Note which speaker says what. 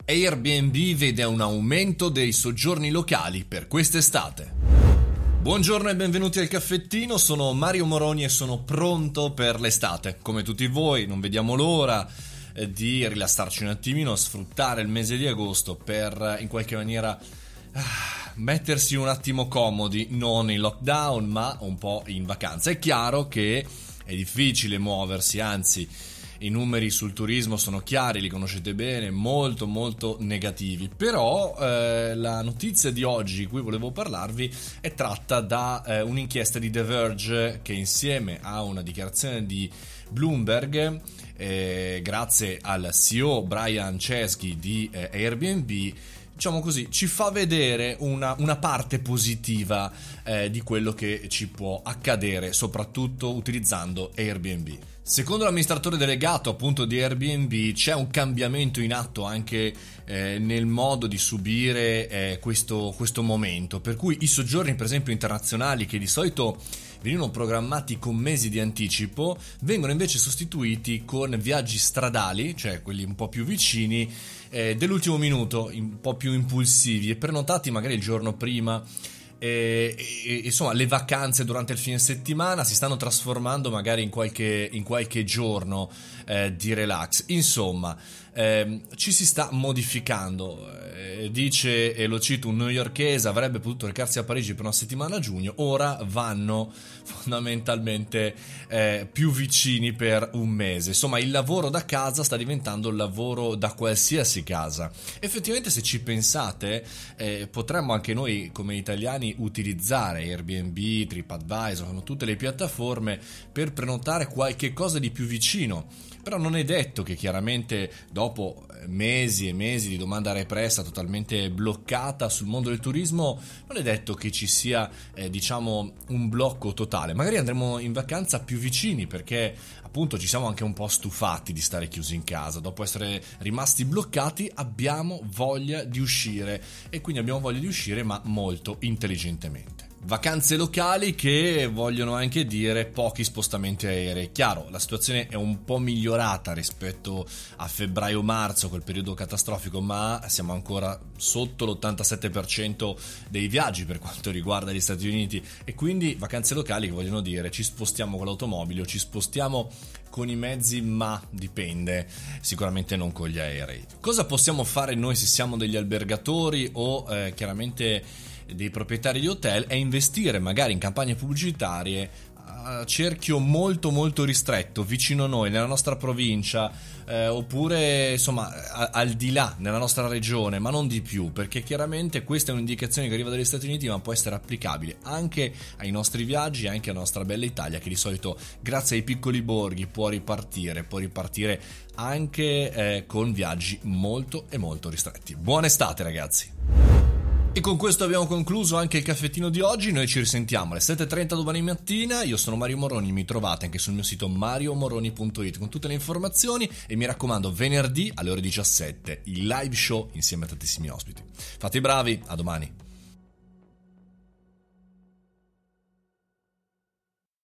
Speaker 1: Airbnb vede un aumento dei soggiorni locali per quest'estate. Buongiorno e benvenuti al caffettino, sono Mario Moroni e sono pronto per l'estate. Come tutti voi, non vediamo l'ora di rilassarci un attimino, sfruttare il mese di agosto per in qualche maniera mettersi un attimo comodi, non in lockdown ma un po' in vacanza. È chiaro che è difficile muoversi, anzi i numeri sul turismo sono chiari, li conoscete bene, molto molto negativi. Però la notizia di oggi di cui volevo parlarvi è tratta da un'inchiesta di The Verge che, insieme a una dichiarazione di Bloomberg, grazie al CEO Brian Chesky di Airbnb, diciamo così, ci fa vedere una parte positiva di quello che ci può accadere, soprattutto utilizzando Airbnb. Secondo l'amministratore delegato appunto di Airbnb c'è un cambiamento in atto anche nel modo di subire questo momento, per cui i soggiorni per esempio internazionali, che di solito venivano programmati con mesi di anticipo, vengono invece sostituiti con viaggi stradali, cioè quelli un po' più vicini, dell'ultimo minuto, un po' più impulsivi e prenotati magari il giorno prima. Insomma, le vacanze durante il fine settimana si stanno trasformando magari in qualche giorno di relax. Insomma, ci si sta modificando. Dice, e lo cito, un newyorkese: avrebbe potuto recarsi a Parigi per una settimana a giugno, ora vanno fondamentalmente più vicini per un mese. Insomma, il lavoro da casa sta diventando il lavoro da qualsiasi casa. Effettivamente, se ci pensate, potremmo anche noi come italiani utilizzare Airbnb, TripAdvisor, sono tutte le piattaforme per prenotare qualche cosa di più vicino. Però non è detto che, chiaramente, dopo mesi e mesi di domanda repressa totalmente bloccata sul mondo del turismo, non è detto che ci sia diciamo un blocco totale. Magari andremo in vacanza più vicini, perché appunto ci siamo anche un po' stufati di stare chiusi in casa. Dopo essere rimasti bloccati abbiamo voglia di uscire, e quindi abbiamo voglia di uscire, ma molto intelligentemente. Vacanze locali che vogliono anche dire pochi spostamenti aerei. Chiaro, la situazione è un po' migliorata rispetto a febbraio-marzo, quel periodo catastrofico, ma siamo ancora sotto l'87% dei viaggi per quanto riguarda gli Stati Uniti, e quindi vacanze locali che vogliono dire ci spostiamo con l'automobile o ci spostiamo con i mezzi, ma dipende, sicuramente non con gli aerei. Cosa possiamo fare noi se siamo degli albergatori o chiaramente dei proprietari di hotel? È investire magari in campagne pubblicitarie a cerchio molto molto ristretto vicino a noi, nella nostra provincia, oppure insomma al di là, nella nostra regione, ma non di più, perché chiaramente questa è un'indicazione che arriva dagli Stati Uniti, ma può essere applicabile anche ai nostri viaggi, anche alla nostra bella Italia, che di solito grazie ai piccoli borghi può ripartire anche con viaggi molto e molto ristretti. Buona estate, ragazzi! E con questo abbiamo concluso anche il caffettino di oggi. Noi ci risentiamo alle 7:30 domani mattina. Io sono Mario Moroni, mi trovate anche sul mio sito mariomoroni.it con tutte le informazioni, e mi raccomando, venerdì alle ore 17 il live show insieme a tantissimi ospiti. Fate i bravi, a domani.